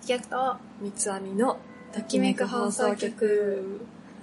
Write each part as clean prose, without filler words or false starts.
きと三つ編みのときめく放送局。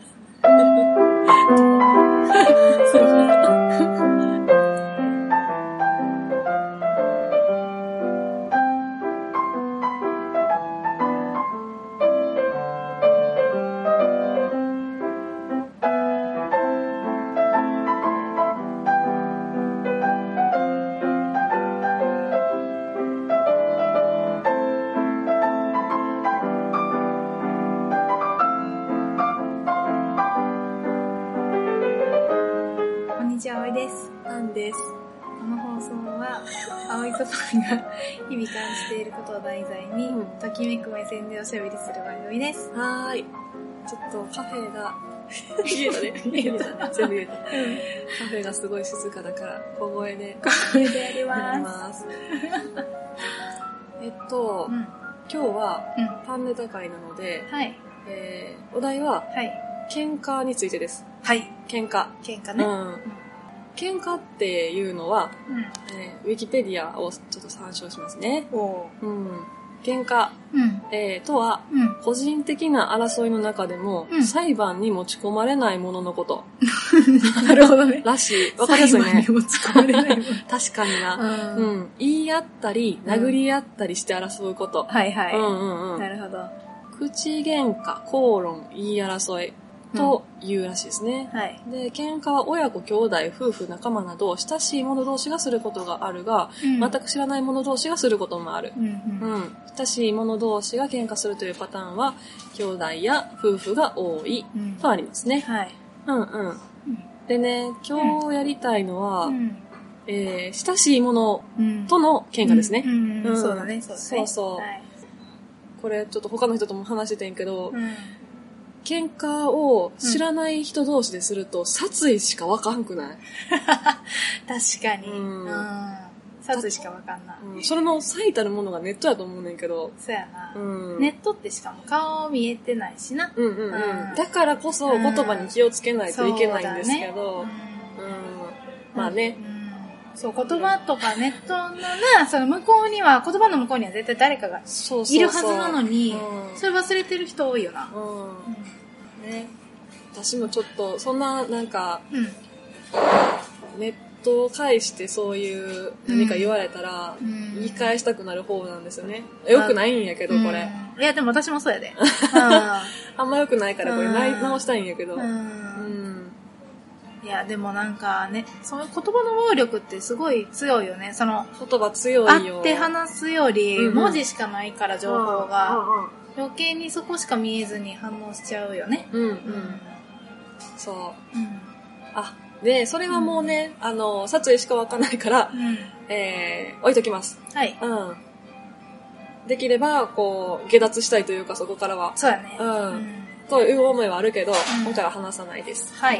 葵です。 アンです。 この放送は葵とパンが日々感じていることを題材に、ときめく目線でおしゃべりする番組です。 はーい。ちょっとカフェが言えたね。言えたね。全部言えた。カフェがすごい静かだから小声でやります。 今日はパンネタ会なので、 はい。 お題は、 はい。 喧嘩についてです。 はい。 喧嘩ね。喧嘩っていうのは、ウィキペディアをちょっと参照しますね。喧嘩、とは、個人的な争いの中でも、裁判に持ち込まれないもののこと。 なるほどね。 らしい。わかりやすいね。 裁判に持ち込まれないもの。 確かにな。言い合ったり、殴り合ったりして争うこと。 はいはい。なるほど。 口喧嘩、口論、言い争い。というらしいですね。 はい。 で、喧嘩は親子、兄弟、夫婦、仲間など、親しい者同士がすることがあるが、全く知らない者同士がすることもある。親しい者同士が喧嘩するというパターンは、兄弟や夫婦が多いとありますね。 はい。 でね、今日やりたいのは、親しい者との喧嘩ですね。 そうだね、そうそう。これちょっと他の人とも話しててんけど、喧嘩を知らない人同士ですると、殺意しかわかんくない？ 確かに。殺意しかわかんない。 それの最たるものがネットやと思うねんけど。 そうやな。ネットってしかも顔見えてないしな。 だからこそ言葉に気をつけないといけないんですけど。まあね。 そう、言葉とかネットのな、その向こうには、言葉の向こうには絶対誰かがいるはずなのに、それ忘れてる人多いよな。 ね。私もちょっと、そんな、なんか、ネットを介してそういう何か言われたら、言い返したくなる方なんですよね。よくないんやけど、これ。 いや、でも私もそうやで。 あんまよくないから、これ直したいんやけど。 いや、でもなんかね、その言葉の暴力ってすごい強いよね。その、 言葉強いよ。 会って話すより、文字しかないから情報が、余計にそこしか見えずに反応しちゃうよね。 そう。で、それはもうね、殺意しかわかんないから、置いときます。 はい。 できれば、こう、下脱したいというか、そこからは。 そうやね。 という思いはあるけど、今回は話さないです。 はい。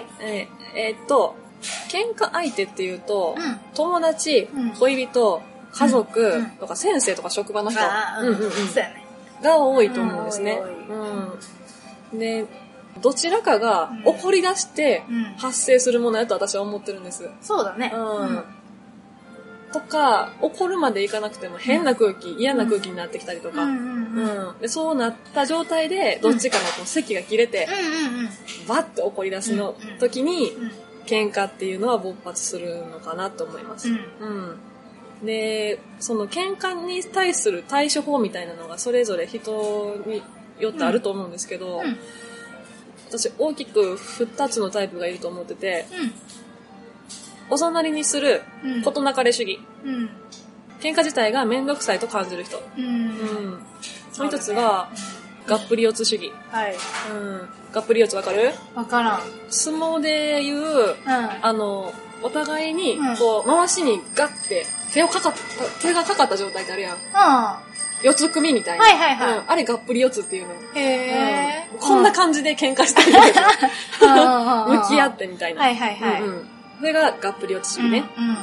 喧嘩相手っていうと、友達、恋人、家族とか先生とか職場の人、 そうやね。 が多いと思うんですね。で、どちらかが怒り出して発生するものやと私は思ってるんです。 そうだね。 とか、怒るまでいかなくても変な空気、嫌な空気になってきたりとか。でそうなった状態で、どっちかのこう席が切れて、バッて怒り出すの時に、喧嘩っていうのは勃発するのかなと思います。で、その喧嘩に対する対処法みたいなのがそれぞれ人によってあると思うんですけど、私大きく2つのタイプがいると思ってて、おざなりにする事なかれ主義。喧嘩自体がめんどくさいと感じる人。もう一つが、がっぷり四つ主義。がっぷり四つわかる？ わからん。 相撲で言う、お互いに、こう、回しにガッて手がかかった状態ってあるやん。四つ組みたいな。あれがっぷり四つっていうの。こんな感じで喧嘩してる。向き合ってみたいな。それががっぷり四つ主義ね。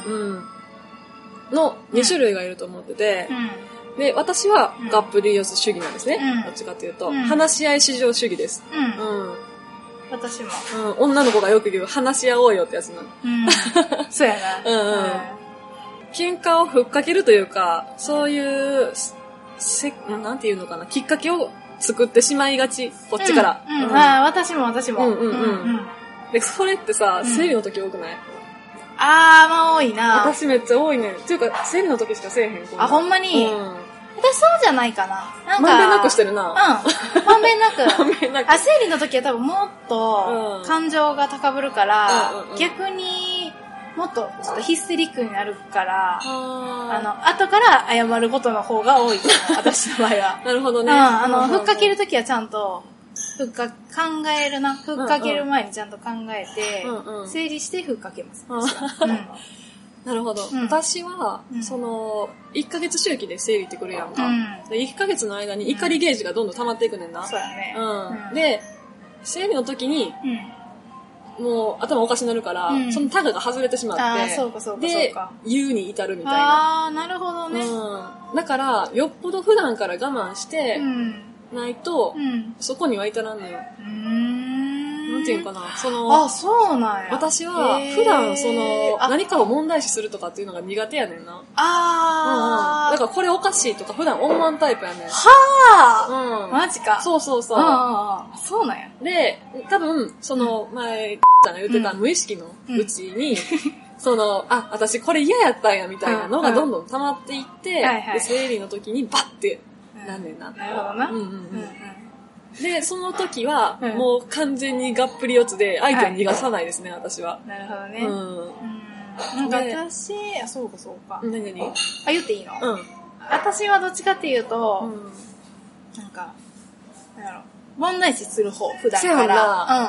の2種類がいると思ってて、で、私はがっぷり四つ主義なんですね。どっちかというと、話し合い至上主義です。 私も。 女の子がよく言う話し合おうよってやつなの。 そうやな。 喧嘩をふっかけるというか、そういうなんていうのかな、きっかけを作ってしまいがち、こっちから。 ああ、私も。 で、それってさ、生理の時多くない？ あー、まあ多いな。 私めっちゃ多いねん。っていうか、生理の時しかせえへん。 あ、ほんまに？私そうじゃないかな。なんか。 まんべんなくしてるな。 まんべんなく。あ、生理の時は多分もっと感情が高ぶるから、逆にもっとちょっとヒステリックになるから、後から謝ることの方が多い。私の場合は。 なるほどね。 ふっかける時はちゃんと、ふっかける前にちゃんと考えて、整理してふっかけます。 なるほど。私は、1ヶ月周期で生理ってくるやんか。で1ヶ月の間に怒りゲージがどんどん溜まっていくねんな。 そうやね。 で、生理の時に、もう頭おかしになるから、そのタガが外れてしまって、で、言うに至るみたいな。 あー、なるほどね。 だから、よっぽど普段から我慢して、ないと、そこには至らんのよ。なんていうかな、 あ、そうなんや。 私は、普段、何かを問題視するとかっていうのが苦手やねんな。だからこれおかしいとか普段思わんタイプやねん。 はぁマジか。 そう。 そうなんや。 で、多分、前、ちゃんが言ってた無意識のうちに、私これ嫌やったんやみたいなのがどんどん溜まっていって、で、生理の時にバッてなんねんな。 なるほどな。 で、その時は、もう完全にがっぷり四つで、相手を逃がさないですね、私は。 なるほどね。なんか私、そうか。 何あ、言っていいの？私はどっちかっていうと、なんか、なんやろ、問題視する方、普段から。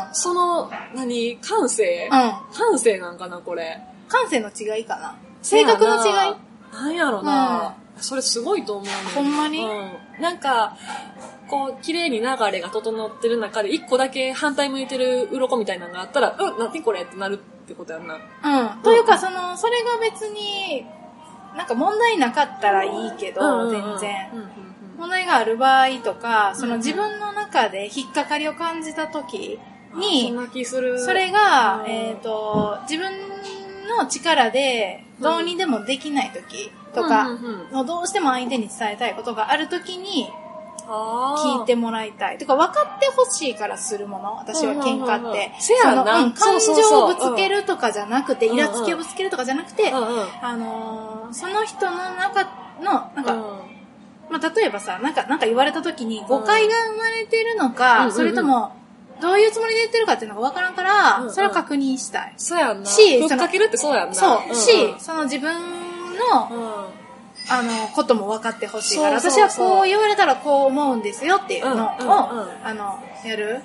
感性感性なんかな、これ。 感性の違いかな。性格の違い？ なんやろな。それすごいと思うね。 ほんまに？ なんか、こう、綺麗に流れが整ってる中で、一個だけ反対向いてる鱗みたいなのがあったら、何これってなるってことやんな。というか、それが別に、なんか問題なかったらいいけど、全然。問題がある場合とか、自分の中で引っかかりを感じた時に、それが、自分の力でどうにでもできない時とか、どうしても相手に伝えたいことがある時に、聞いてもらいたい。てか、分かってほしいからするもの。私は喧嘩って。感情をぶつけるとかじゃなくて、イラつきをぶつけるとかじゃなくて、その人の中の、なんか、例えばさ、なんか言われた時に誤解が生まれてるのか、それとも、どういうつもりで言ってるかっていうのが分からんから、それを確認したい。 そうやんな。ふっかけるってそうやんな。 自分の、ことも分かってほしいから、私はこう言われたらこう思うんですよっていうのを、やる。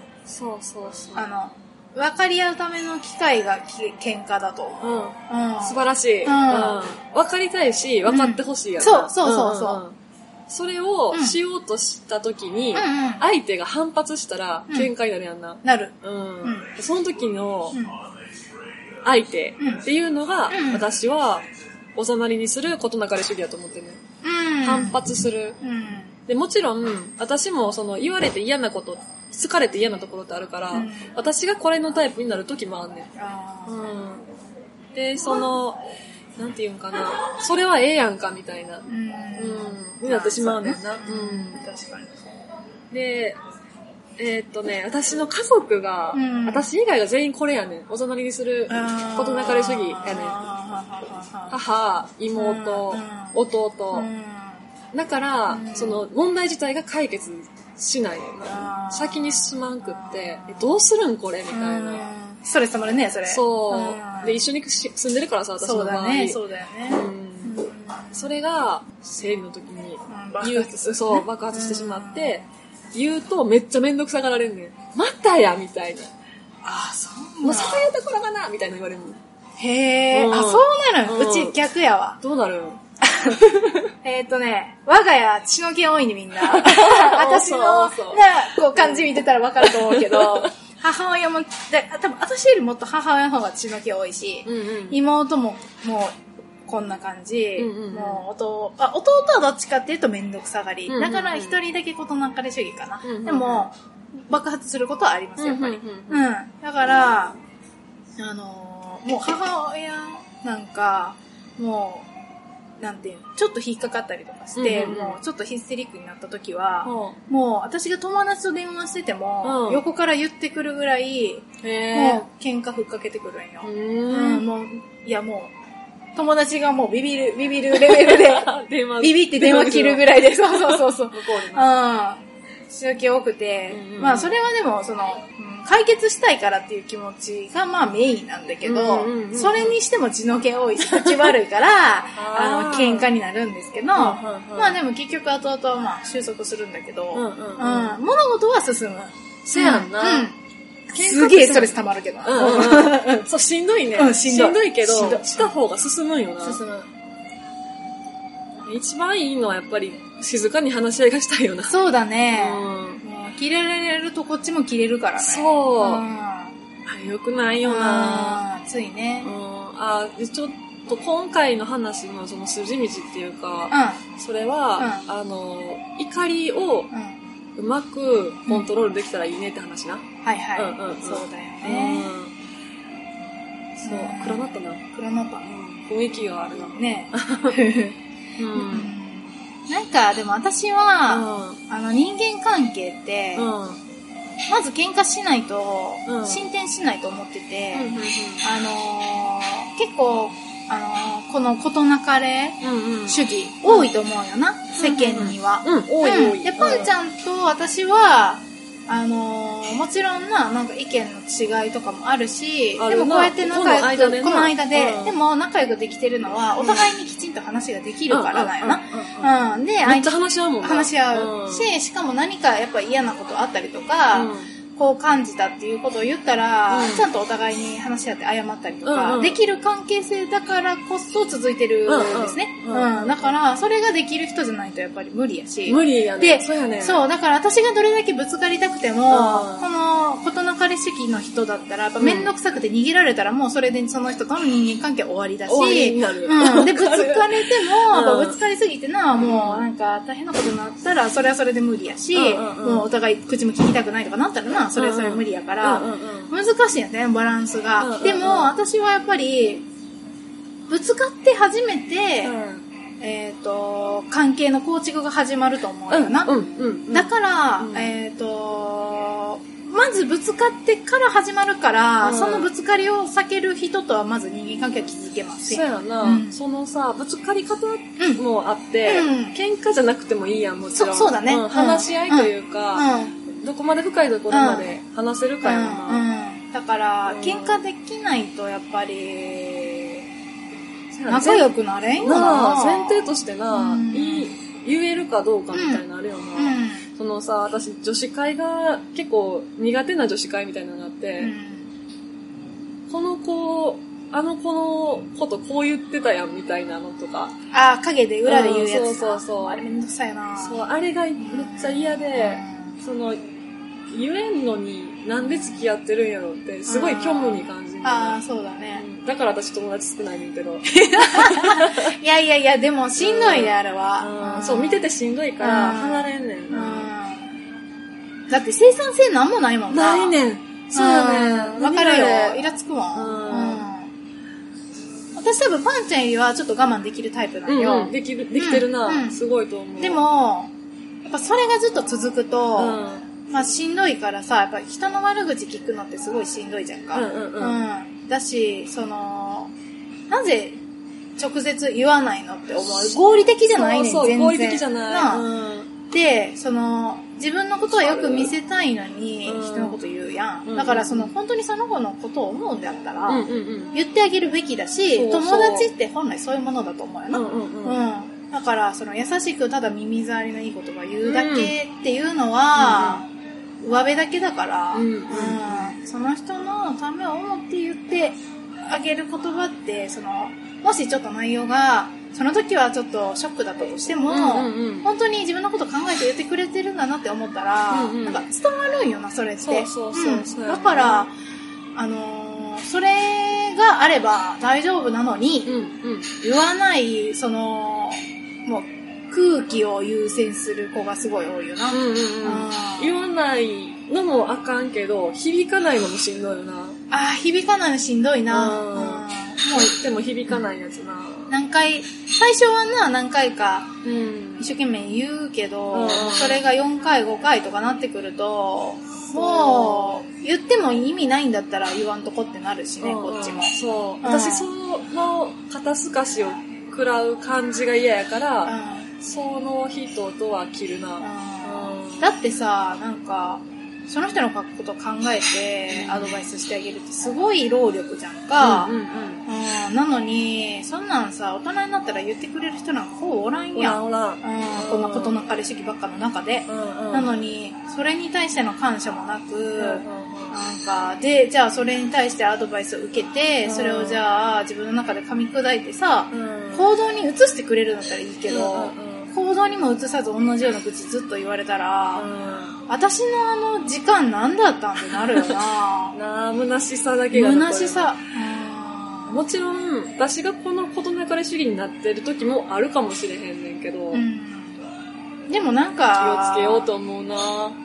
分かり合うための機会が喧嘩だと思う。 素晴らしい。分かりたいし、分かってほしいやんな。 そう。 それをしようとした時に、相手が反発したら喧嘩になるやんな。 なる。 その時の相手っていうのが、私は、おざなりにすることなかれ主義だと思ってるね。反発する。で、もちろん、私も言われて嫌なこと、好かれて嫌なところってあるから、私がこれのタイプになる時もあんねん。で、なんていうんかな、それはええやんか、みたいな。になってしまうねんな。 確かに。 で、私の家族が、私以外が全員これやねん。おざなりにすることなかれ主義やねん。母、妹、弟。だから、問題自体が解決しないねんな。先に進まんくって、どうするんこれみたいな。 ストレス溜まるね、それ。 そう。で、一緒に住んでるからさ、私の場合。 そうだよね。 それが、生理の時に、爆発してしまって、言うとめっちゃめんどくさがられんねん。またやみたいな。そうもうそういうところかなみたいな言われるの。 へー。そうなる。うち逆やわ。 どうなる我が家血の気多いねみんな。私の感じ見てたらわかると思うけど、母親も、多分私よりもっと母親の方が血の気多いし、妹ももう、こんな感じ。もう弟はどっちかっていうとめんどくさがり。だから一人だけ事なかれ主義かな。でも、爆発することはありますよ、やっぱり。だから、もう母親なんか、もう、 なんていうの、ちょっと引っかかったりとかして、もうちょっとヒステリックになった時は、もう私が友達と電話してても、横から言ってくるぐらい、もう喧嘩ふっかけてくるんよ。もう、いやもう、友達がもうビビるレベルで、ビビって電話切るぐらいで、そう。仕気多くて、まあそれはでも、解決したいからっていう気持ちがまあメインなんだけど、それにしても血の気多いし、口悪いから、喧嘩になるんですけど、まあでも結局後々はまあ収束するんだけど、物事は進む。 せやんな。 すげえストレス溜まるけど。 そう、しんどいね。しんどいけど、した方が進むんよな。進む。一番いいのはやっぱり静かに話し合いがしたいよな。 そうだね。切れられるとこっちも切れるからね。 そう。よくないよな。 ついね。 ちょっと今回の話のその筋道っていうか、それは、怒りをうまくコントロールできたらいいねって話な。 はいはい。そうだよね。 そう、暗なったな。 暗なった。 雰囲気があるな。 ね。なんか、でも私は、人間関係って、まず喧嘩しないと、進展しないと思ってて、結構、この事なかれ主義、多いと思うよな、世間には。 多い。 で、パンちゃんと私は、もちろんなんか意見の違いとかもあるし、でもこうやって仲良く、この間で、でも仲良くできてるのは、お互いにきちんと話ができるからだよな。で、 めっちゃ話し合うもんな。 話し合うし、しかも何かやっぱ嫌なことあったりとか、こう感じたっていうことを言ったら、ちゃんとお互いに話し合って謝ったりとか、できる関係性だからこそ続いてるんですね。だから、それができる人じゃないとやっぱり無理やし。 無理やね。 で、 そうやね。 そう、だから私がどれだけぶつかりたくても、この、事なかれ主義の人だったら、やっぱめんどくさくて逃げられたらもうそれでその人との人間関係終わりだし、で、ぶつかれても、ぶつかりすぎてな、もうなんか大変なことになったら、それはそれで無理やし、もうお互い口も聞きたくないとかなったらな、それ無理やから、難しいんやね、バランスが。でも、私はやっぱり、ぶつかって初めて、関係の構築が始まると思うよな。だから、まずぶつかってから始まるから、そのぶつかりを避ける人とはまず人間関係は築けますし。 そうやな。そのさ、ぶつかり方もあって、喧嘩じゃなくてもいいやん、もちろん。 そうだね。 話し合いというか、どこまで深いところまで話せるかやな。 だから、喧嘩できないとやっぱり、仲良くなれんよな。 前提としてな、言えるかどうかみたいなあるよな。そのさ、私女子会が結構苦手な女子会みたいなのがあって、この子、あの子のことこう言ってたやんみたいなのとか。 影で裏で言うやつ。 そう。 あれめんどくさいな。 そう、あれがめっちゃ嫌で、言えんのになんで付き合ってるんやろってすごい虚無に感じる。 そうだね。 だから私友達少ないねんけど。 いや、でもしんどいであれは。 そう、見ててしんどいから離れんねんな。 だって生産性なんもないもんな。 ないねん。そうだね。 わかるよ。イラつくわ。私多分パンちゃんよりはちょっと我慢できるタイプなんよ。 できてるな。すごいと思う。 でも、やっぱそれがずっと続くと、まあしんどいからさ、やっぱ人の悪口聞くのってすごいしんどいじゃんか。だし、なぜ直接言わないのって思う。合理的じゃないねん、全然。 合理的じゃない。 で、自分のことはよく見せたいのに、人のこと言うやん。だから本当にその子のことを思うんだったら、言ってあげるべきだし、友達って本来そういうものだと思うよな。だから、優しくただ耳障りのいい言葉言うだけっていうのは、上辺だけだから、その人のためを思って言ってあげる言葉って、もしちょっと内容が、その時はちょっとショックだったとしても、本当に自分のこと考えて言ってくれてるんだなって思ったら、なんか伝わるんよな、それって。だから、それがあれば大丈夫なのに、言わない、もう空気を優先する子がすごい多いよな。 言わないのもあかんけど、響かないのもしんどいよな。 響かないのしんどいな。 でも響かないやつな。 最初は何回か、一生懸命言うけど、それが4回、5回とかなってくると、もう、言っても意味ないんだったら言わんとこってなるしね、こっちも。 そう。私、その肩透かしを食らう感じが嫌やから、その人とは切るな。 だってさ、その人のことを考えてアドバイスしてあげるってすごい労力じゃんか。なのに、そんなんさ、大人になったら言ってくれる人なんかほぼおらんやん。こんなことなかれ主義ばっかの中で。なのに、それに対しての感謝もなく、じゃあそれに対してアドバイスを受けて、それをじゃあ自分の中で噛み砕いてさ、行動に移してくれるんだったらいいけど、行動にも移さず同じような口ずっと言われたら、私の時間何だったんってなるよな。 虚しさだけが。 虚しさ。 もちろん、私がこの事なかれ主義になってる時もあるかもしれへんねんけど、 でも気をつけようと思うな。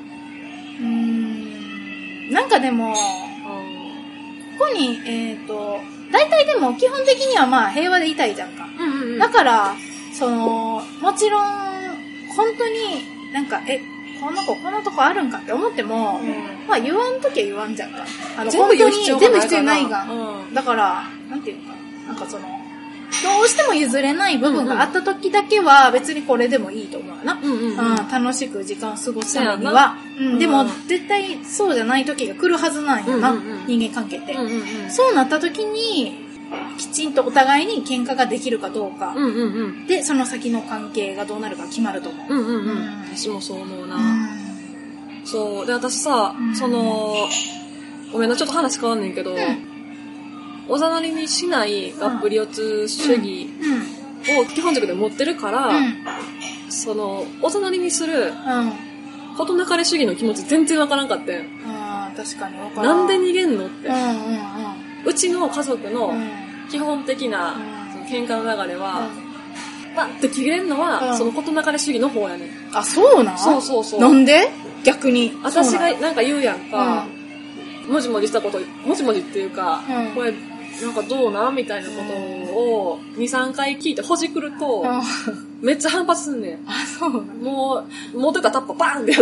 でも、ここに、大体でも基本的にはまあ平和でいたいじゃんか。だから、もちろん、本当にこの子こんなとこあるんかって思っても、まあ言わんときは言わんじゃんか。 全部言う必要ないから。 全部必要ないが。だから、なんていうのかな。どうしても譲れない部分があったときだけは別にこれでもいいと思うな。楽しく時間を過ごすためには。でも絶対そうじゃないときが来るはずなんよな。人間関係って。そうなったときに、きちんとお互いに喧嘩ができるかどうか。で、その先の関係がどうなるか決まると思う。 私もそう思うな。そう。で、私さ、ごめんな、ちょっと話変わんねんけど、おざなりにしないがっぷり四つ主義を基本軸で持ってるから、おざなりにする、事なかれ主義の気持ち全然わからんかってん。 確かにわからん。 なんで逃げんのって。うちの家族の基本的な喧嘩の流れは、バッて切れんのは、その事なかれ主義の方やねん。 あ、そうなん？ そう。 なんで？逆に。 私が言うやんか、もじもじしたこと、もじもじっていうか、これ、どうなんみたいなことを2、3回聞いてほじくると、めっちゃ反発すんねん。 そうなの？ もう、持ってたタッパバーンってやって。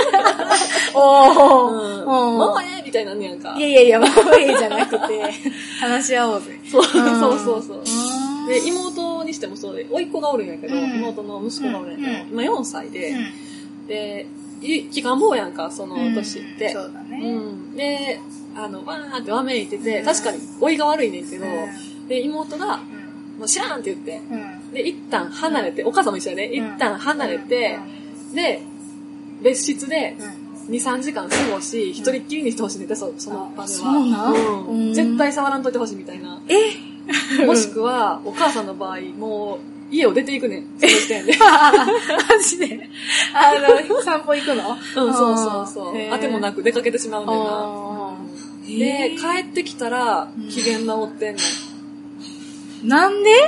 もうみたいなんねやんか。 いや、もうじゃなくて、話し合おうぜ。 そう。で、妹にしてもそうで、甥っ子がおるんやけど、妹の息子がおるんやけど、今4歳で、で、期間坊やんか、その年って。 そうだね。 で、わーってわめいてて、確かに甥が悪いねんけど、で、妹が、もう知らんって言って、で、一旦離れて、お母さんも一緒やね、一旦離れて、で、別室で、2、3時間過ごし、一人っきりにしてほしいねんて、その場では。 そうなん？ 絶対触らんといてほしいみたいな。もしくは、お母さんの場合、もう、家を出ていくねん。その時点で。 マジで散歩行くの？ そう。あてもなく出かけてしまうねんな。で、帰ってきたら、機嫌直ってんねん。 なんで？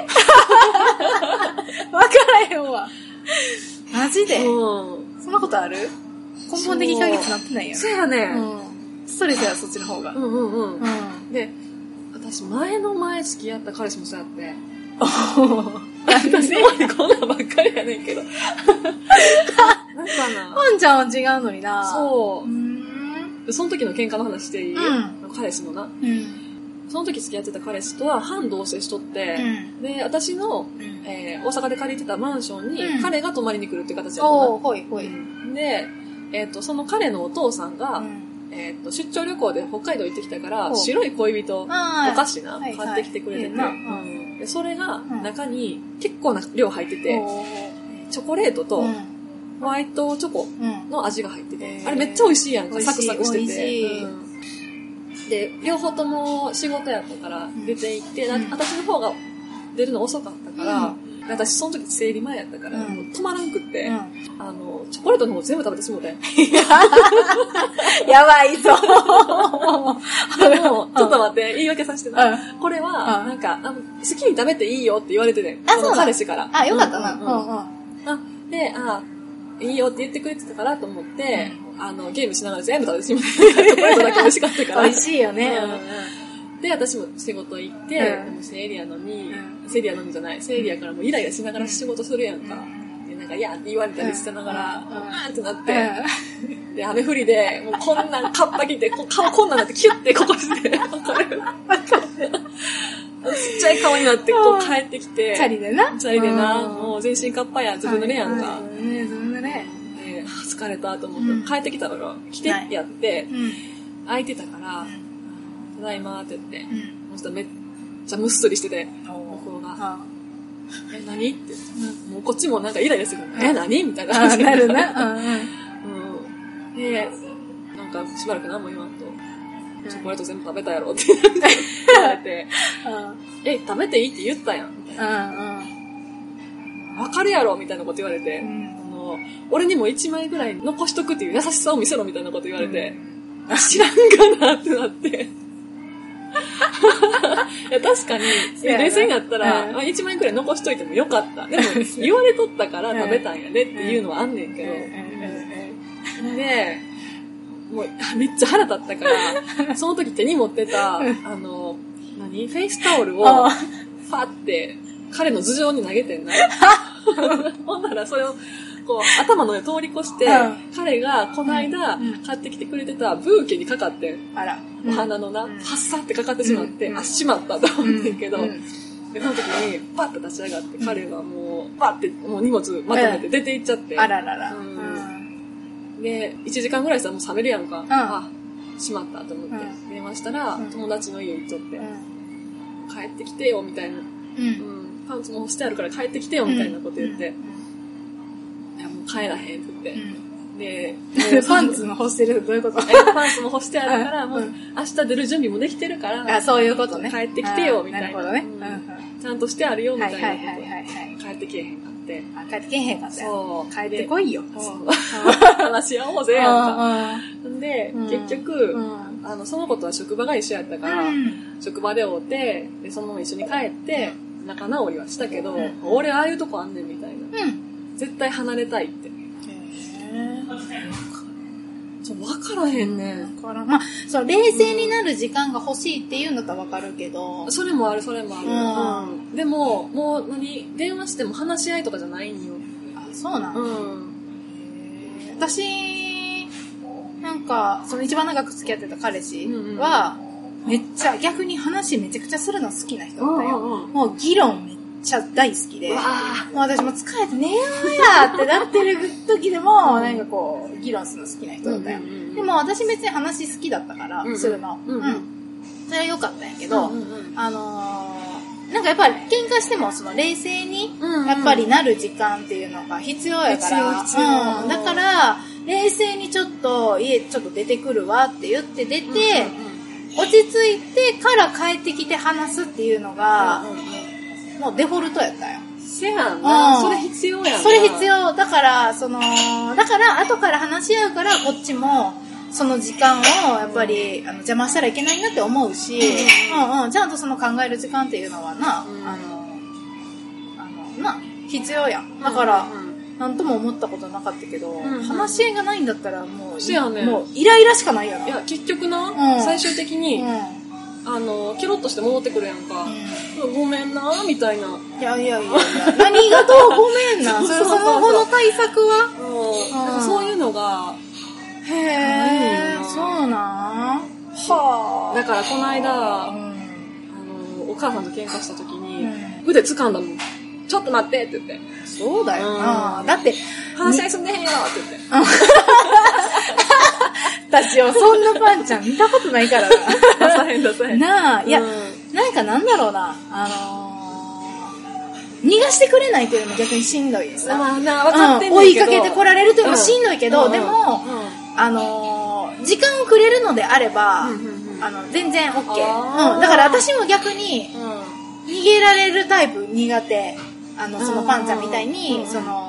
わからへんわ。マジで？そんなことある？根本的解決なってないやん。 そうやね。 ストレスやそっちの方が。 で、私前付き合った彼氏もそうやって。 私こんなんばっかりやねんけど。なんかな。 ポンちゃんは違うのにな。 そう。その時の喧嘩の話していい？彼氏のな。その時付き合ってた彼氏とは半同棲しとって、で、私の、大阪で借りてたマンションに彼が泊まりに来るっていう形だったで、その彼のお父さんが、出張旅行で北海道行ってきたから、白い恋人、お菓子な、買ってきてくれてて、でそれが中に結構な量入ってて、チョコレートとホワイトチョコの味が入ってて、あれめっちゃ美味しいやんか、サクサクしてて。で、両方とも仕事やったから出て行って、私の方が出るの遅かったから、私その時生理前やったから、もう止まらんくって、チョコレートの方全部食べてしもうて。 やばいぞ。 でも、ちょっと待って、言い訳させてな。これは、好きに食べていいよって言われてね。その彼氏から。 よかったな。 で、いいよって言ってくれてたからと思って、ゲームしながら全部食べてしまって、チョコレートだけ美味しかったから。 美味しいよね。 で、私も仕事行って、でも生理やのに、生理やのにじゃない、生理やからもうイライラしながら仕事するやんか。で、なんか、いやって言われたりしてながら、ってなって、で、雨降りで、もうこんなんカッパ着て、顔こんなんなって、キュッてここして、わかるちっちゃい顔になって、こう帰ってきて。 チャリでな。 もう全身カッパや、ずぶ濡れやんか。 ずぶ濡れ。 疲れたと思って、帰ってきたのが、来てってやって、空いてたから、ただいまって言って、そしたらめっちゃむっすりしてて、向こうが。何って。もうこっちもなんかイライラするから、何みたいな感じになるな。で、なんかしばらく何も言わんと、チョコレート全部食べたやろって言われて、食べていいって言ったやんみたいな。わかるやろみたいなこと言われて、俺にも1枚ぐらい残しとくっていう優しさを見せろみたいなこと言われて、知らんかなってなって。いや確かに、冷静になったら、1枚ぐらい残しといてもよかった。でも、言われとったから食べたんやでっていうのはあんねんけど、で、もうめっちゃ腹立ったから、その時手に持ってた、フェイスタオルを、ファって彼の頭上に投げてんな。ほんならそれを、こう、頭の上通り越して、彼がこの間買ってきてくれてたブーケにかかってん。お花のな、パッサってかかってしまって、しまったと思ってんけど、で、その時にパッと立ち上がって、彼がもう、パッてもう荷物まとめて出て行っちゃって。で、1時間ぐらいしたらもう冷めるやんか。しまったと思って。電話したら、友達の家行っちゃって、帰ってきてよ、みたいな。パンツも干してあるから帰ってきてよ、みたいなこと言って。いや、もう帰らへんって言って。 で、パンツも干してるどういうことパンツも干してあるから、もう明日出る準備もできてるから。 そういうことね。 帰ってきてよ、みたいな。 なるほどね。 ちゃんとしてあるよ、みたいな。帰ってきへんかって。 帰ってけへんかったよ。 帰ってこいよ。 話し合おうぜ、やんか。で、結局、その子とは職場が一緒やったから、職場で会うて、で、そのまま一緒に帰って、仲直りはしたけど、俺ああいうとこあんねんみたいな。絶対離れたいって。分からへんねん。 まあ、そう、冷静になる時間が欲しいっていうんだったら分かるけど。 それもある。でも、もう電話しても話し合いとかじゃないんよ。 そうなの私、なんか、その一番長く付き合ってた彼氏は、めっちゃ、逆に話めちゃくちゃするの好きな人だったよ。もう議論めっちゃ大好きで、もう私も疲れて寝ようやってなってる時でも、なんかこう、議論するの好きな人だったよ。でも私別に話好きだったから、するの。それは良かったんやけど、なんかやっぱり喧嘩してもその冷静にやっぱりなる時間っていうのが必要やから、だから冷静にちょっと家ちょっと出てくるわって言って出て、落ち着いてから帰ってきて話すっていうのがもうデフォルトやったよ。 せやんな。それ必要やんな。 それ必要。だから後から話し合うからこっちもその時間をやっぱり邪魔したらいけないなって思うし、ちゃんとその考える時間っていうのはな、必要やん。だから、なんとも思ったことなかったけど、話し合いがないんだったらもう、もうイライラしかないやろ。 いや、結局な、最終的に、キロッとして戻ってくるやんか。ごめんな、みたいな。 いや、何がどうごめんな。その後の対策はそういうのが、 へー、そうなんはぁ。だからこの間、お母さんと喧嘩した時に、腕掴んだもん。ちょっと待ってって言って。 そうだよな。だって、 話し合いすんでへんよって言って。 私よ、そんなパンちゃん見たことないからな。 出さへん。 なあ、いや、なんかなんだろうな。逃がしてくれないというのも逆にしんどいです。 分かってんねんけど。 追いかけてこられるというのもしんどいけど、でも、時間をくれるのであれば、全然 OK。だから私も逆に、逃げられるタイプ苦手。そのパンちゃんみたいに、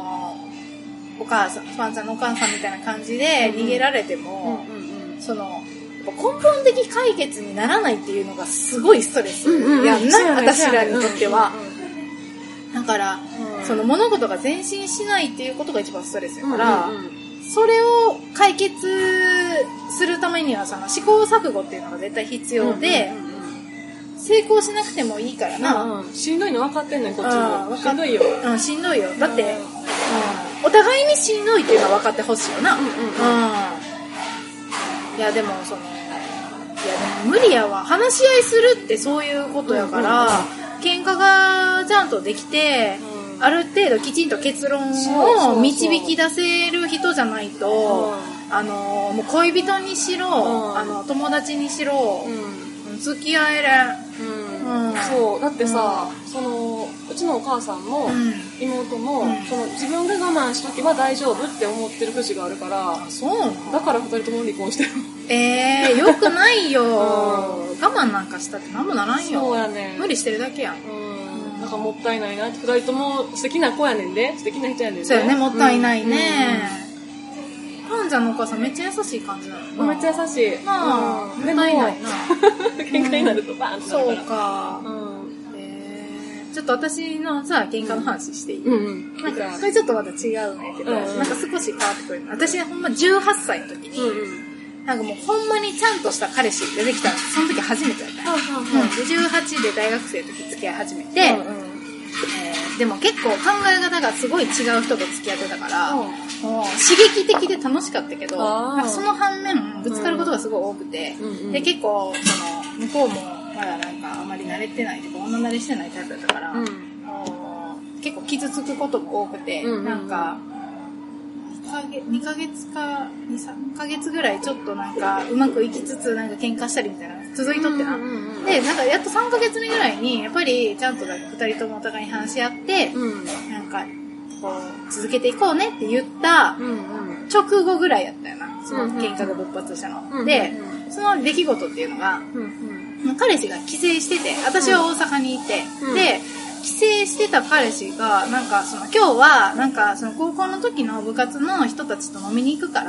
パンちゃんのお母さんみたいな感じで逃げられても、根本的解決にならないっていうのがすごいストレスやんな、私らにとっては。だから、その物事が前進しないっていうことが一番ストレスやから、それを解決するためにはその試行錯誤っていうのが絶対必要で、 成功しなくてもいいからな。 しんどいの分かってんのに、こっちも。しんどいよ。 しんどいよ。だって、お互いにしんどいっていうのは分かってほしいよな。いや、でも、いや、でも無理やわ。話し合いするってそういうことやから、喧嘩がちゃんとできて、ある程度きちんと結論を導き出せる人じゃないと、もう恋人にしろ、友達にしろ、付き合えれん。 そう。だってさ、うちのお母さんも、妹も、自分が我慢しとけば大丈夫って思ってる節があるから、 そうなの？ だから二人とも離婚してる。よくないよ。我慢なんかしたって何もならんよ。 そうやね。 無理してるだけやん。 なんかもったいないなって、二人とも素敵な子やねんで、素敵な人やねんで。 そうやね、もったいないね。パンちゃんのお母さんめっちゃ優しい感じなの？ めっちゃ優しい。 もったいないな。 喧嘩になるとバーンってなるから。 そうか。ちょっと私のさ、喧嘩の話していい？なんか、それちょっとまた違うんやけど、なんか少し変わってくる。私はほんま18歳の時に、なんかもうほんまにちゃんとした彼氏出てきたの。その時初めてだった。18で大学生の時付き合い始めて、でも結構考え方がすごい違う人と付き合ってたから、もう刺激的で楽しかったけど、なんかその反面ぶつかることがすごい多くて、で結構向こうもまだなんかあまり慣れてないとか女慣れしてないタイプだったから、結構傷つくことも多くて、なんか2ヶ月か3ヶ月ぐらいちょっとなんかうまくいきつつなんか喧嘩したりみたいな続いとってな。で、なんかやっと3ヶ月目ぐらいにやっぱりちゃんと2人ともお互いに話し合って、なんかこう続けていこうねって言った直後ぐらいやったよな。その喧嘩が勃発したの。で、その出来事っていうのが、彼氏が帰省してて、私は大阪にいて、で、帰省してた彼氏が、なんか今日は、なんか高校の時の部活の人たちと飲みに行くから、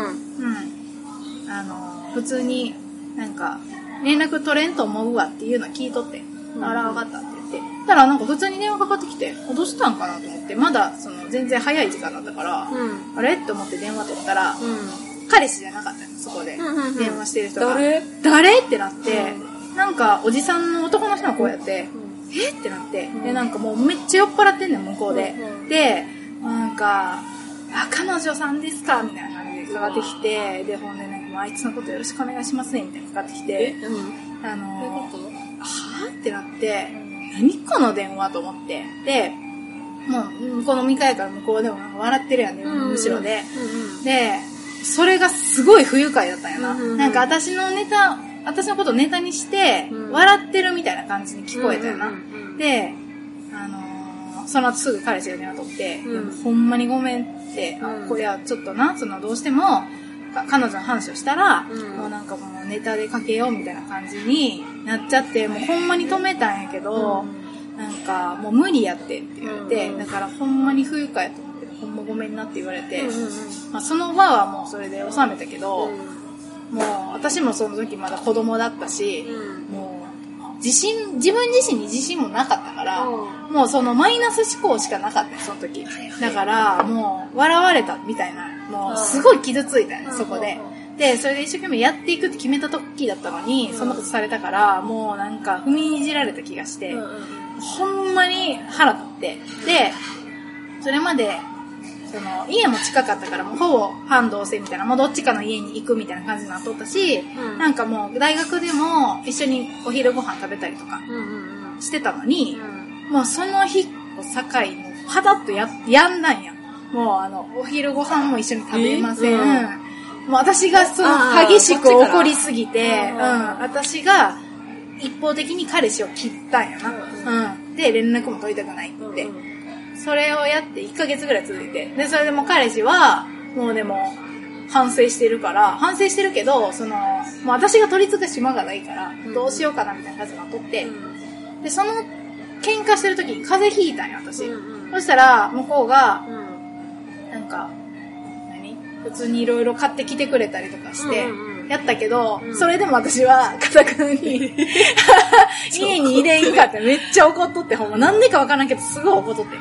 普通になんか連絡取れんと思うわっていうの聞いとって、あら、わかったって言って。たらなんか普通に電話かかってきて、どうしたんかなと思って、まだ全然早い時間だったから、あれって思って電話取ったら、彼氏じゃなかったの、そこで。電話してる人が。誰ってなって、なんかおじさんの男の人がこうやって、ってなって、で、なんかもうめっちゃ酔っ払ってんねん、向こうで。で、なんか、彼女さんですかみたいな感じでかかってきて、で、ほんでなんかあいつのことよろしくお願いしますね、みたいなかかってきて、はぁってなって、何この電話と思って。で、もう、向こうの飲み会から向こうでもなんか笑ってるやんね、むしろで。で、それがすごい不愉快だったんやな。なんか私のことをネタにして、笑ってるみたいな感じに聞こえたよな。で、その後すぐ彼氏が電話取って、ほんまにごめんって、これはちょっとな、どうしても、彼女の話をしたら、もうなんかもうネタでかけようみたいな感じになっちゃって、もうほんまに止めたんやけど、なんかもう無理やってって言われて、だからほんまに不愉快やと思って、ほんまごめんなって言われて、まあその場はもうそれで収めたけど、もう私もその時まだ子供だったし、もう自分自身に自信もなかったから、もうマイナス思考しかなかったよ、その時。だからもう笑われたみたいな、もうすごい傷ついたよ、そこで。で、それで一生懸命やっていくって決めた時だったのに、そんなことされたから、もうなんか踏みにじられた気がして、ほんまに腹立って。で、それまで、家も近かったからもうほぼ半同棲みたいな、もうどっちかの家に行くみたいな感じになっとったし、なんかもう大学でも一緒にお昼ご飯食べたりとかしてたのに、もうその日を境にパタッとやんだんや。もうお昼ご飯も一緒に食べません。もう私が激しく怒りすぎて、私が一方的に彼氏を切ったんやな。で、連絡も取りたくないって。それをやって1ヶ月ぐらい続いて。で、それでも彼氏は、もうでも、反省してるけど、もう私が取り付く島がないから、どうしようかなみたいな感じになっとって、で、その、喧嘩してる時に風邪ひいたんや、私。そしたら、向こうが、なんか、普通にいろいろ買ってきてくれたりとかして、やったけど、それでも私は、固くなに、家に入れんかってめっちゃ怒っとって、ほんま、なんでかわからんけど、すごい怒っとって。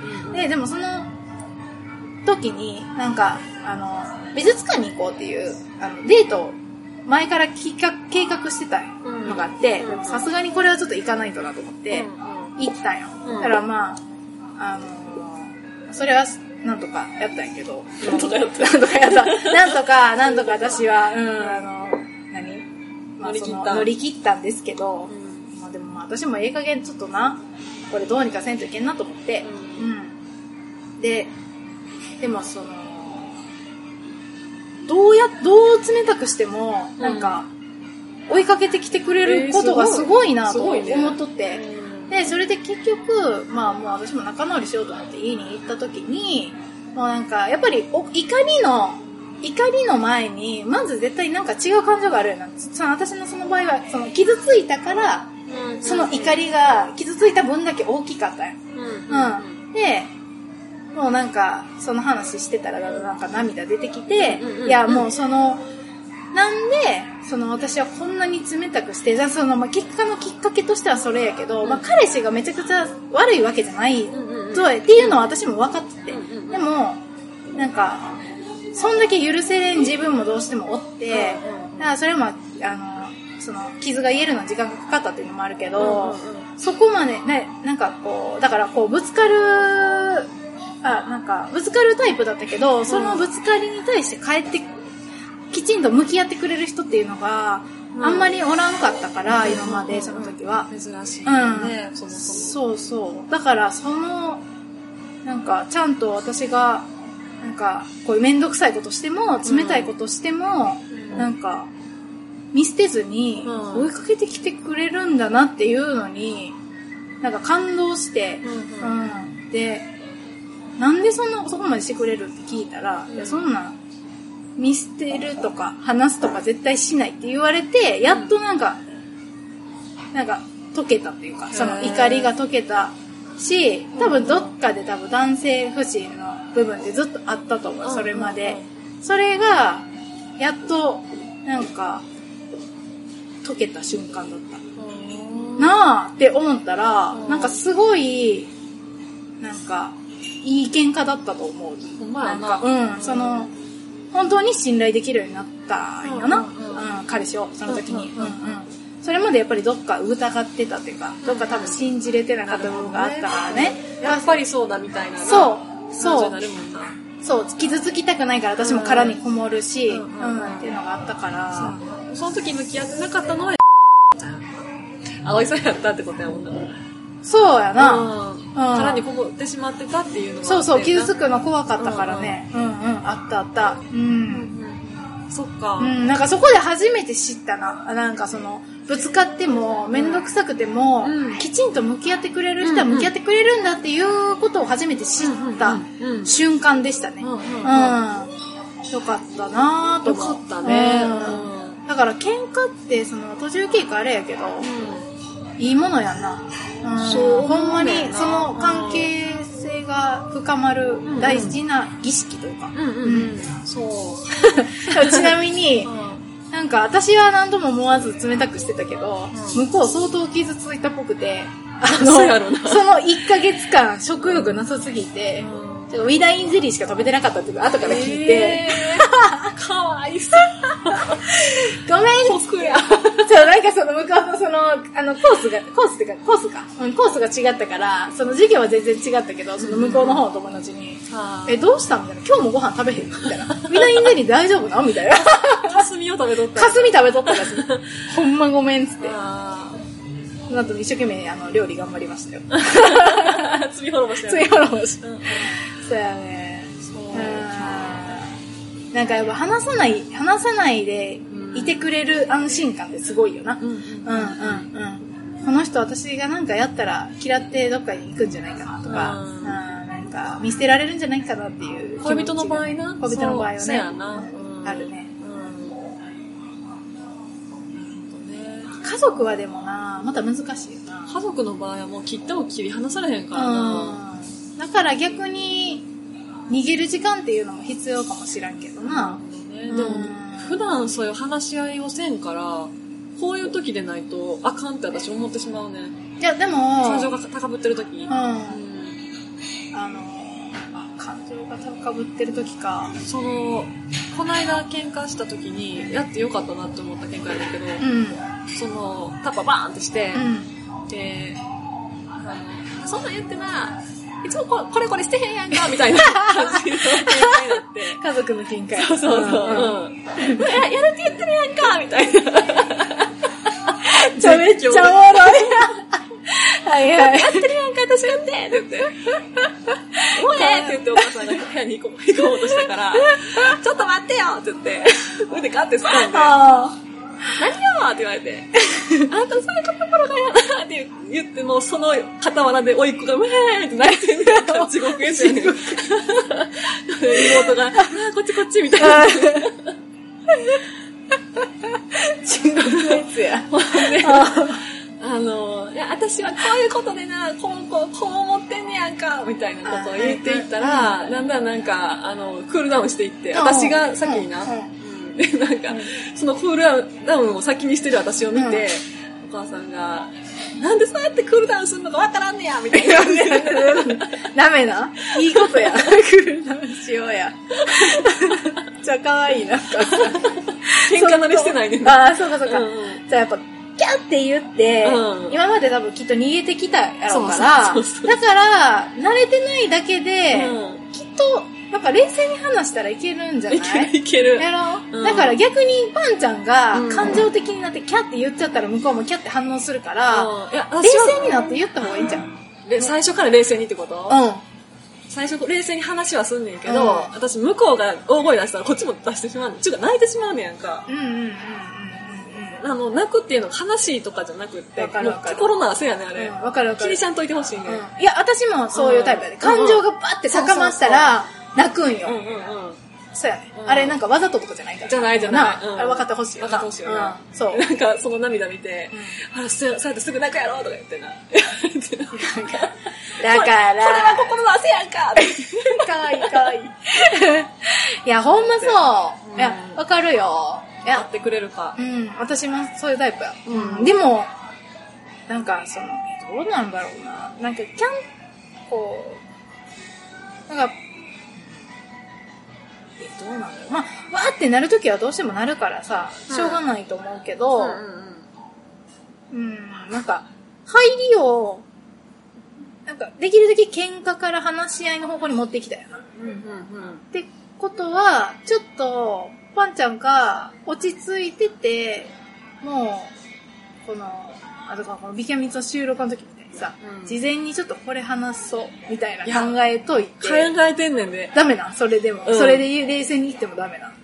でもその時に、なんか、美術館に行こうっていう、デートを前から計画してたんよ。 のがあって、さすがにこれはちょっと行かないとなと思って、行ったんよ。だからまあ、それは、なんとかやったんやけど。 なんとかやった。 なんとか私は、乗り切ったんですけど、まあでもまあ私も加減ちょっとな、これどうにかせんといけんなと思って、でもどう冷たくしても、なんか、追いかけてきてくれることがすごいなと思っとって、で、それで結局、まあもう私も仲直りしようと思って家に行った時に、もうなんか、やっぱり怒りの前に、まず絶対なんか違う感情があるよな。私のその場合は、傷ついたから、その怒りが傷ついた分だけ大きかったよ。で、もうなんか、その話してたらなんか涙出てきて、いやもうなんで、私はこんなに冷たくして、まあ、結果のきっかけとしてはそれやけど、まあ彼氏がめちゃくちゃ悪いわけじゃないっていうのは私も分かってて、でも、なんか、そんだけ許せれん自分もどうしてもおって、だからそれも、傷が癒えるのに時間がかかったっていうのもあるけど、そこまでね、なんかこう、だからこう、ぶつかるタイプだったけど、そのぶつかりに対して帰って、きちんと向き合ってくれる人っていうのが、あんまりおらんかったから、今まで、その時は。 珍しいね、 そうそう。だから、なんか、ちゃんと私が、なんか、こういうめんどくさいことしても、冷たいことしても、なんか、見捨てずに、追いかけてきてくれるんだなっていうのに、なんか感動して、で、なんでそこまでしてくれるって聞いたら、いや、そんな、見捨てるとか、話すとか絶対しないって言われて、やっとなんか、解けたというか、その怒りが解けたし、多分どっかで男性不信の部分ってずっとあったと思う、それまで。それが、やっと、なんか、解けた瞬間だった。なぁって思ったら、なんかすごい、なんか、いい喧嘩だったと思う。なんか、本当に信頼できるようになったんよな。彼氏を、その時に。それまでやっぱりどっか疑ってたというか、どっか多分信じれてなかった部分があったからね。 やっぱりそうだみたいな。 そう。傷つきたくないから私も殻にこもるし、っていうのがあったから。 その時向き合ってなかったのは、葵さんやったってことやもんな。 そうやな。 殻にこもってしまってたっていうのが。 そう、傷つくの怖かったからね。あった。 そっか。 なんかそこで初めて知ったな。なんかぶつかっても、めんどくさくても、きちんと向き合ってくれる人は向き合ってくれるんだっていうことを初めて知った瞬間でしたね。よかったなぁと思う。 よかったね。 だから喧嘩って途中経過あれやけど、いいものやんな。ほんまにその関係性が深まる大事な儀式というか。 そう。 ちなみに、なんか私は何度も思わず冷たくしてたけど、向こう相当傷ついたっぽくて、その1ヶ月間食欲なさすぎて、ウィダインゼリーしか食べてなかったっていうか後から聞いて、 かわいそう。 ごめん。 酷や。 なんか向こうのコースが違ったから、授業は全然違ったけど、向こうの方の友達に、どうしたみたいな、今日もご飯食べへんみたいな。ウィダインゼリー大丈夫なみたいな。 霞を食べとった。 霞食べとったらしい。ほんまごめんっつって。その後一生懸命料理頑張りましたよ。 罪滅ぼし。 そうやね。なんかやっぱ話さないでいてくれる安心感ってすごいよな。この人私がなんかやったら嫌ってどっかに行くんじゃないかなとか、なんか見捨てられるんじゃないかなっていう。 恋人の場合な。 恋人の場合はね。 そうやな。 あるね。家族はでもな、また難しいよな。 家族の場合はもう切っても切り離されへんからな。 だから逆に逃げる時間っていうのも必要かもしらんけどな。 でも普段そういう話し合いをせんから、こういう時でないとあかんって私思ってしまうね。 いやでも感情が高ぶってる時。 感情が高ぶってる時か。 この間喧嘩した時にやってよかったなって思った喧嘩やだけど、 その、タッパーバーンってして、 うん、 で、そんなん言ってな、いつもこれしてへんやんかみたいな感じの喧嘩になって。 家族の喧嘩。 そうそうそう。うん。やるって言ってるやんかみたいな。 めっちゃおもろいな。はいはい。 やってるやんか、私やってって言って。もうええって言ってお母さんが部屋に行こうとしたから、ちょっと待ってよって言って、腕ガッて掴んで、何よって言われて、あんたそういうところがやなって言って、もうその傍らで甥っ子がウェーって泣いてんだよ。地獄やしね。妹が、こっちこっちみたいな。 地獄のやつや。 いや、私はこういうことでな、こう思ってんねやんか、みたいなことを言っていったら、だんだんなんか、クールダウンしていって、私が先にな、で、なんか、そのクールダウンを先にしてる私を見て、お母さんが、なんでそうやってクールダウンするのかわからんねや、みたいな。 ダメな。いいことや。クールダウンしようや。めっちゃ可愛いな。 喧嘩慣れしてないね。 ああ、そうかそうか。じゃあやっぱ、キャって言って、今まで多分きっと逃げてきたやろうから、だから、慣れてないだけで、きっと、なんか冷静に話したらいけるんじゃないいける。 やろ、だから逆にパンちゃんが感情的になってキャって言っちゃったら向こうもキャって反応するから、冷静になって言った方がいいんじゃん。 最初から冷静にってこと？ うん。 最初冷静に話はすんねんけど、私向こうが大声出したらこっちも出してしまうねん。ちゅうか泣いてしまうねんやんか。泣くっていうのは悲しいとかじゃなくって、もう心の汗やねん、あれ。 わかるわかる。 気にしゃんといてほしいねん。 いや、私もそういうタイプやで。感情がバッて高まったら、泣くんよ。そうやね。あれなんかわざととかじゃないから。 じゃない。 あれ分かってほしいよ。 分かってほしいよな。 そう。 なんかその涙見て、あら、そうやってすぐ泣くやろとか言ってな。 だから。 これは心の汗やんかかわいいかわいい。いや、ほんまそう。いや、わかるよ。 やってくれるか。 私もそういうタイプや。でも、なんかどうなんだろうな。なんか、なんか、どうなんだろう。まあ、わーってなるときはどうしてもなるからさ、しょうがないと思うけど、なんか、入りを、なんか、できるだけ喧嘩から話し合いの方向に持ってきたよな。ってことは、ちょっと、パンちゃんが落ち着いてて、もう、このビキャミツの収録の時みたいにさ、事前にちょっとこれ話そう、みたいな考えといて。 考えてんねんで。 ダメな、それでも。それで冷静に言ってもダメな。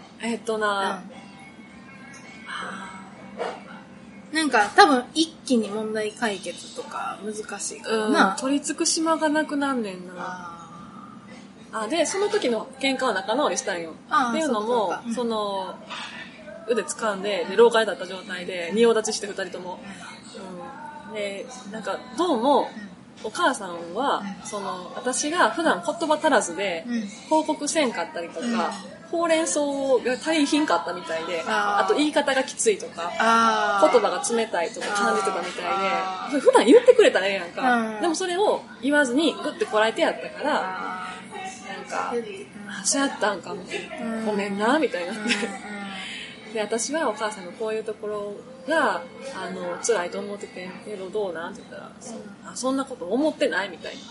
なんか、多分、一気に問題解決とか難しいからな。 取り付く島がなくなんねんな。で、その時の喧嘩は仲直りしたんよ。っていうのも、腕掴んで、廊下に立った状態で、仁王立ちして二人とも。で、なんか、どうも、お母さんは、私が普段言葉足らずで、報告せんかったりとか、ほうれん草が大品かったみたいで、あと言い方がきついとか、言葉が冷たいとか感じてたみたいで、普段言ってくれたらええやんか。でもそれを言わずに、グッてこらえてやったから、なんか、そうやったんかみたいな。ごめんな、みたいな。で、私はお母さんのこういうところが、辛いと思っててんけど、どうなんって言ったら、そんなこと思ってないみたい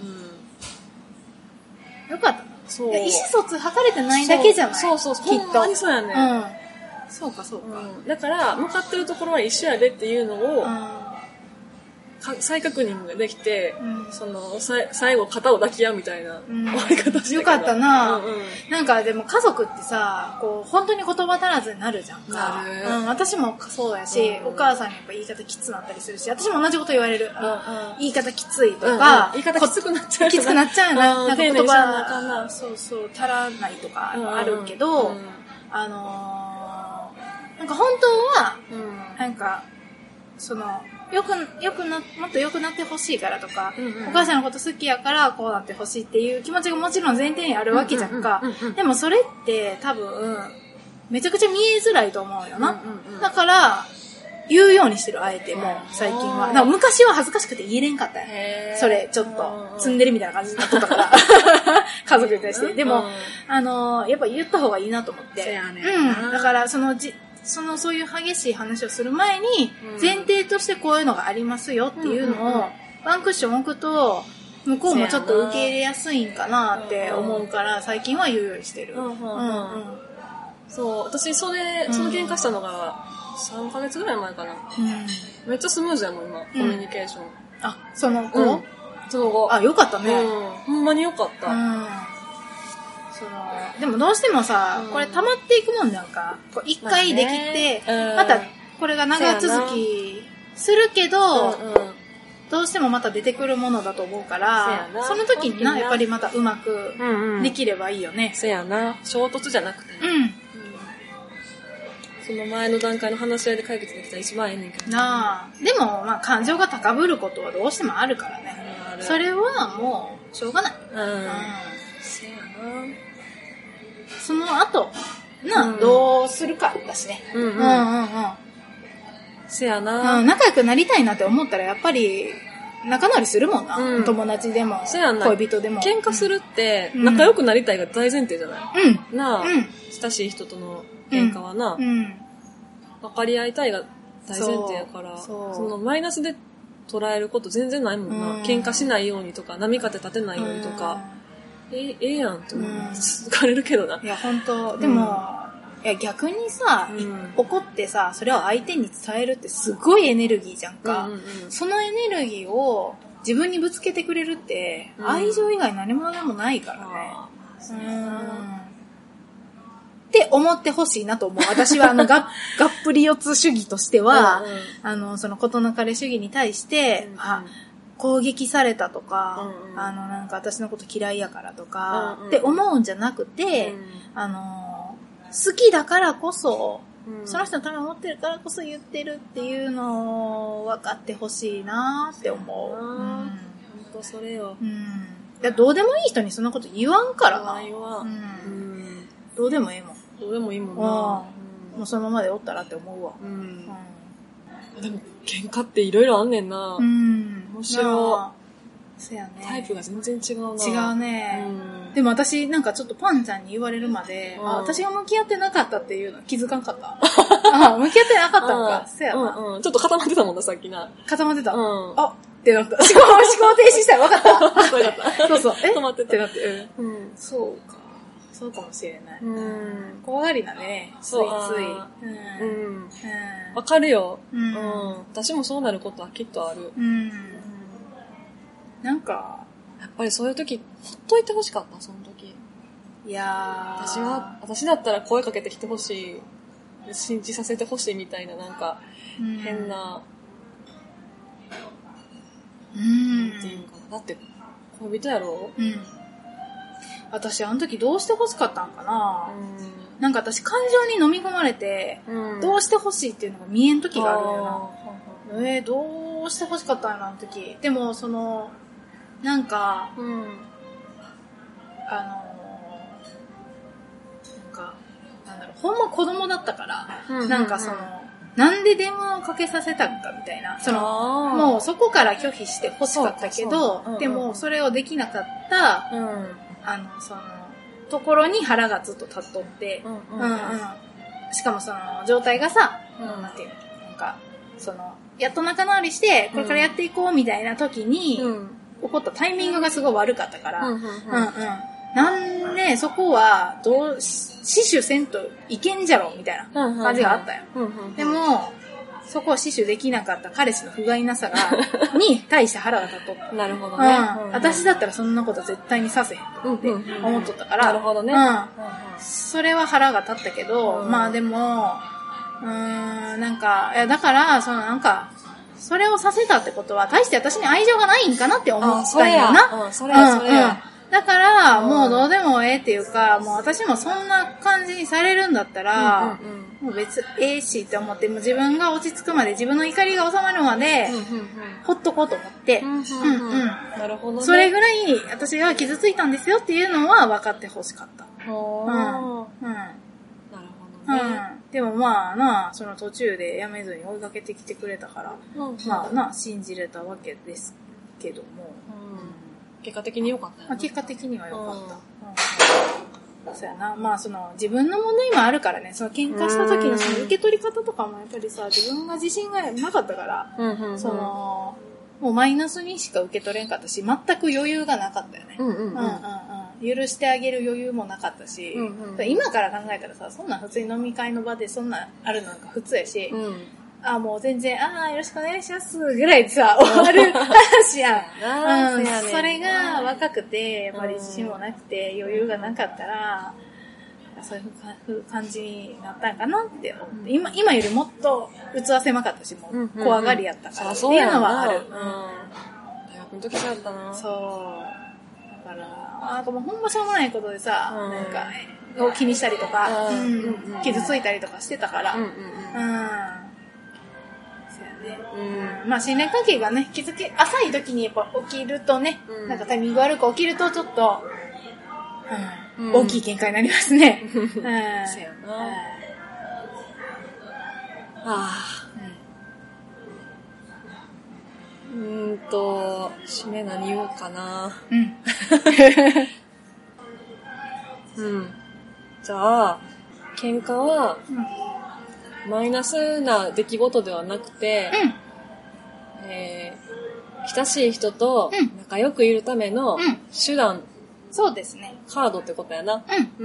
な。よかったな。そう。意思疎通図れてないだけじゃない？ そう、きっと。ほんまにそうやね。 そうか。 だから、向かってるところは一緒やでっていうのを、再確認ができて、最後肩を抱き合うみたいな終わり方してよかったな。なんかでも家族ってさ、本当に言葉足らずになるじゃんか。私もそうやし、お母さんにやっぱ言い方きつなったりするし、私も同じこと言われる。言い方きついとか、 言い方きつくなっちゃう。 きつくなっちゃうよな。なんか言葉、そう、足らないとかあるけど、なんか本当は、なんか、もっと良くなってほしいからとか、お母さんのこと好きやからこうなってほしいっていう気持ちがもちろん前提にあるわけじゃんか。でもそれって多分、めちゃくちゃ見えづらいと思うよな。だから、言うようにしてる、あえてもう、最近は。なんか昔は恥ずかしくて言えれんかったよ。それ、ちょっと、積んでるみたいな感じになっとったから。家族に対して。でも、やっぱ言った方がいいなと思って。だから、 そういう激しい話をする前に、前提としてこういうのがありますよっていうのを、ワンクッション置くと、向こうもちょっと受け入れやすいんかなって思うから、最近は言うようにしてる。 そう、私その喧嘩したのが3ヶ月ぐらい前かな。めっちゃスムーズやもん、今、コミュニケーション。 あ、その後、 その後。 あ、よかったね。 ほんまによかった。 でもどうしてもさ、これ溜まっていくもんなんか、一回できて、またこれが長続きするけど、どうしてもまた出てくるものだと思うから、その時にな、やっぱりまたうまくできればいいよね。 せやな。衝突じゃなくて。その前の段階の話し合いで解決できたら一番ええねんけど。 なあ。でも、まあ感情が高ぶることはどうしてもあるからね。それはもう、しょうがない。 せやな。 その後、どうするかだしね。 せやな。 仲良くなりたいなって思ったら、やっぱり、仲直りするもんな。友達でも、恋人でも。 喧嘩するって、仲良くなりたいが大前提じゃない？なあ。親しい人との喧嘩はな。分かり合いたいが大前提やから、そのマイナスで捉えること全然ないもんな。喧嘩しないようにとか、波風立てないようにとか。ええやんって思う。疲れるけどな。 いや、ほんと。でも、いや逆にさ、怒ってさ、それを相手に伝えるってすごいエネルギーじゃんか。そのエネルギーを自分にぶつけてくれるって、愛情以外何者でもないからね。って思ってほしいなと思う。私はがっぷり四つ主義としては、その事なかれ主義に対して、攻撃されたとか、なんか私のこと嫌いやからとか、って思うんじゃなくて、好きだからこそ、その人のためを思ってるからこそ言ってるっていうのを分かってほしいなって思う。 本当それよ。 どうでもいい人にそんなこと言わんからな。どうでもいいもん。 どうでもいいもんな。 もうそのままでおったらって思うわ。 でも喧嘩っていろいろあんねんな。面白い。 そうやね。 タイプが全然違うな。 違うね。でも私なんかちょっとパンちゃんに言われるまで、私が向き合ってなかったっていうの気づかんかった。向き合ってなかったんか。そうやな。 ちょっと固まってたもんな、さっきな。 固まってた。あってなった。思考停止したら分かった。 そうだった。 そうそう。 止まってた。 ってなって。そうか。そうかもしれない。怖がりだね。ついつい。 わかるよ。私もそうなることはきっとある。 なんか、 やっぱりそういう時、ほっといてほしかった、その時。 いやー。私だったら声かけてきてほしい。信じさせてほしいみたいな、なんか、変な、っていうかな。だって、恋人やろ？ 私、あの時どうしてほしかったんかな。なんか私、感情に飲み込まれて、どうしてほしいっていうのが見えん時があるよな。どうしてほしかったんやな、あの時。でも、なんか、ほんま子供だったから、なんかなんで電話をかけさせたんかみたいな。もうそこから拒否して欲しかったけど、でもそれをできなかった、ところに腹がずっと立っとって、しかもその状態がさ、なんていうの、なんか、やっと仲直りして、これからやっていこうみたいな時に、起こったタイミングがすごい悪かったから、なんで、そこは、死守せんといけんじゃろみたいな感じがあったよ。でも、そこを死守できなかった彼氏の不甲斐なさに対して腹が立っとった。 なるほどね。 私だったらそんなこと絶対にさせへんって思っとったから、 なるほどね。 それは腹が立ったけど、まあでも、なんか、だから、なんか、それをさせたってことは、大して私に愛情がないんかなって思ったんよな。 それや。 だから、もうどうでもええっていうか、もう私もそんな感じにされるんだったら、もう別ええしって思って、もう自分が落ち着くまで、自分の怒りが収まるまで、ほっとこうと思って、 なるほどね。 それぐらい私が傷ついたんですよっていうのは分かってほしかった。 なるほどね。 でもまあな、その途中でやめずに追いかけてきてくれたから、まあな、信じれたわけですけども。 結果的に良かったよね。 結果的には良かった。 そうやな。まあ自分の問題もあるからね、喧嘩した時の受け取り方とかもやっぱりさ、自分が自信がなかったから、もうマイナスにしか受け取れんかったし、全く余裕がなかったよね。許してあげる余裕もなかったし、今から考えたらさ、そんな普通に飲み会の場でそんなあるのなんか普通やし、もう全然、よろしくお願いしますぐらいでさ、終わる話やん。それが若くて、やっぱり自信もなくて、余裕がなかったら、そういう感じになったんかなって思って、今よりもっと器狭かったし、もう怖がりやったからっていうのはある。 大学の時そうやったな。 そう。だから、なんかもうほんましょうもないことでさ、なんか、気にしたりとか、傷ついたりとかしてたから、まあ信頼関係がね、浅い時にやっぱ起きるとね、なんかタイミング悪く起きるとちょっと、大きい喧嘩になりますね。そうやな。締め何言おうかな。じゃあ、喧嘩は、マイナスな出来事ではなくて、親しい人と仲良くいるための手段、 そうですね。 カードってことやな。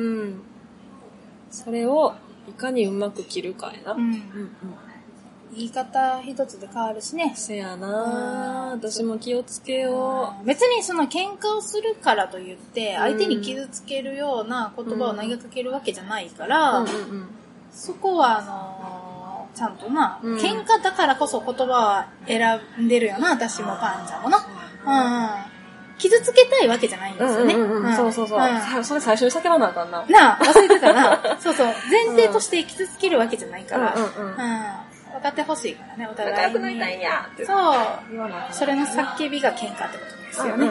それをいかにうまく切るかやな。 言い方一つで変わるしね。 せやな。私も気をつけよう。別に喧嘩をするからといって、相手に傷つけるような言葉を投げかけるわけじゃないから、そこはちゃんとな、喧嘩だからこそ言葉は選んでるよな、私もパンちゃんもな。傷つけたいわけじゃないんですよね。 そう。それ最初に叫ばなあかんな。 忘れてたな。そう。前提として傷つけるわけじゃないから。分かってほしいからね、お互いに。 仲良くなりたいんやって。 そう。それの叫びが喧嘩ってことですよね。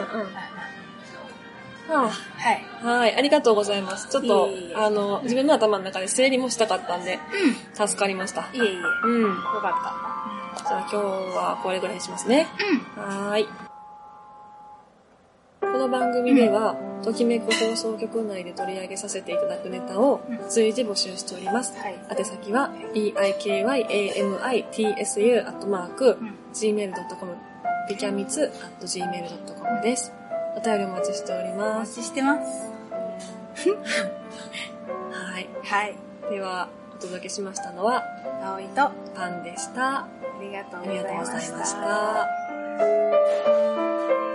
はい、ありがとうございます。ちょっと、自分の頭の中で整理もしたかったんで、助かりました。 いえ。よかった。じゃあ今日はこれぐらいにしますね。はい。この番組では、ときめく放送局内で取り上げさせていただくネタを随時募集しております。宛先は、eikyamatsu@gmail.com、ビキャミツ@gmail.com です。お便りお待ちしております。 お待ちしてます。 はい。では、お届けしましたのは、 葵とパンでした。 ありがとうございました。